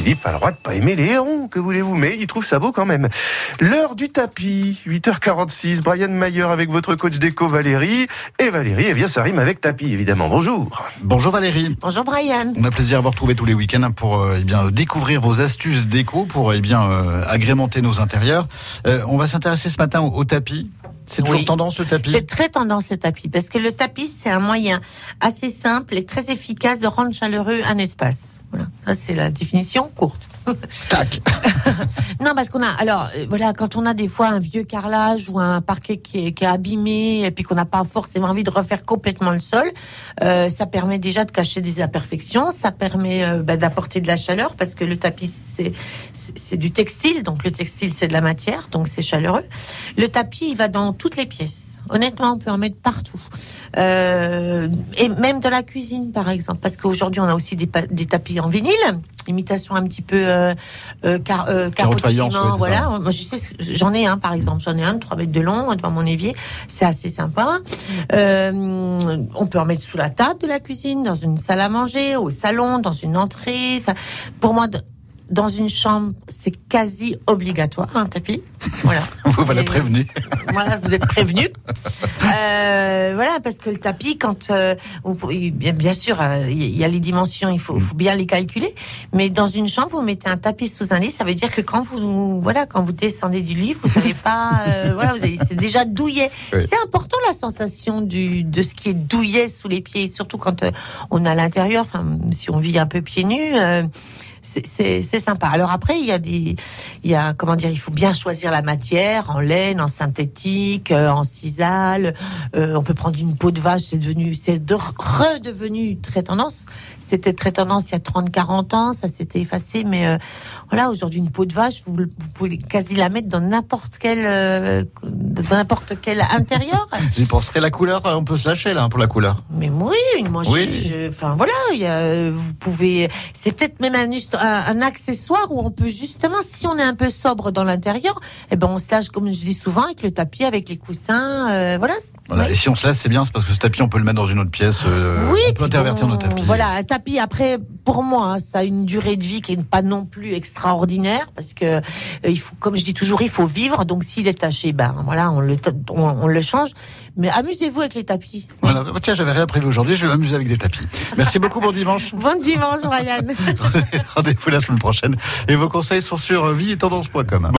Philippe a le droit de pas aimer les hérons, que voulez-vous, mais il trouve ça beau quand même. L'heure du tapis, 8h46, Brian Mayer avec votre coach déco Valérie. Et Valérie, eh bien ça rime avec tapis, évidemment. Bonjour. Bonjour Valérie. Bonjour Brian. On a plaisir à vous retrouver tous les week-ends pour découvrir vos astuces déco, pour agrémenter nos intérieurs. On va s'intéresser ce matin au tapis. C'est toujours tendance le tapis ? C'est très tendance le tapis, parce que le tapis, c'est un moyen assez simple et très efficace de rendre chaleureux un espace. Voilà, ça c'est la définition courte. Tac. Non, parce qu'on a, quand on a des fois un vieux carrelage ou un parquet qui est abîmé et puis qu'on n'a pas forcément envie de refaire complètement le sol, ça permet déjà de cacher des imperfections, ça permet d'apporter de la chaleur, parce que le tapis c'est du textile, donc le textile c'est de la matière, donc c'est chaleureux. Le tapis, il va dans toutes les pièces. Honnêtement, on peut en mettre partout. Et même dans la cuisine, par exemple. Parce qu'aujourd'hui, on a aussi des tapis en vinyle. Imitation un petit peu carottinant. Voilà. Moi, j'en ai un, par exemple. J'en ai un de 3 mètres de long devant mon évier. C'est assez sympa. On peut en mettre sous la table de la cuisine, dans une salle à manger, au salon, dans une entrée. Enfin, pour moi... Dans une chambre, c'est quasi obligatoire, un tapis. Voilà. Vous voilà prévenu. Voilà, vous êtes prévenu. Voilà, parce que le tapis, bien sûr, il y a les dimensions, il faut bien les calculer. Mais dans une chambre, vous mettez un tapis sous un lit, ça veut dire que quand vous descendez du lit, vous savez pas, c'est déjà douillet. Oui. C'est important la sensation de ce qui est douillet sous les pieds, surtout quand on est à l'intérieur. Enfin, si on vit un peu pieds nus. C'est sympa. Alors après, il faut bien choisir la matière, en laine, en synthétique, en sisal. On peut prendre une peau de vache, c'est redevenu très tendance. C'était très tendance il y a 30-40 ans, ça s'était effacé, mais aujourd'hui, une peau de vache, vous pouvez quasi la mettre dans n'importe quel intérieur. J'y penserais, la couleur, on peut se lâcher là pour la couleur. Mais vous pouvez, c'est peut-être même un accessoire où on peut justement, si on est un peu sobre dans l'intérieur, on se lâche, comme je dis souvent, avec le tapis, avec les coussins, voilà. Voilà. Oui. Et si on se laisse, c'est bien, c'est parce que ce tapis, on peut le mettre dans une autre pièce. On peut intervertir nos tapis. Voilà, un tapis, après, pour moi, ça a une durée de vie qui n'est pas non plus extraordinaire, parce que il faut, comme je dis toujours, il faut vivre. Donc s'il est taché, on le change. Mais amusez-vous avec les tapis. Voilà. Tiens, j'avais rien prévu aujourd'hui, je vais m'amuser avec des tapis. Merci beaucoup, bon dimanche. Bon dimanche, Ryan. Rendez-vous la semaine prochaine. Et vos conseils sont sur vieetendance.com.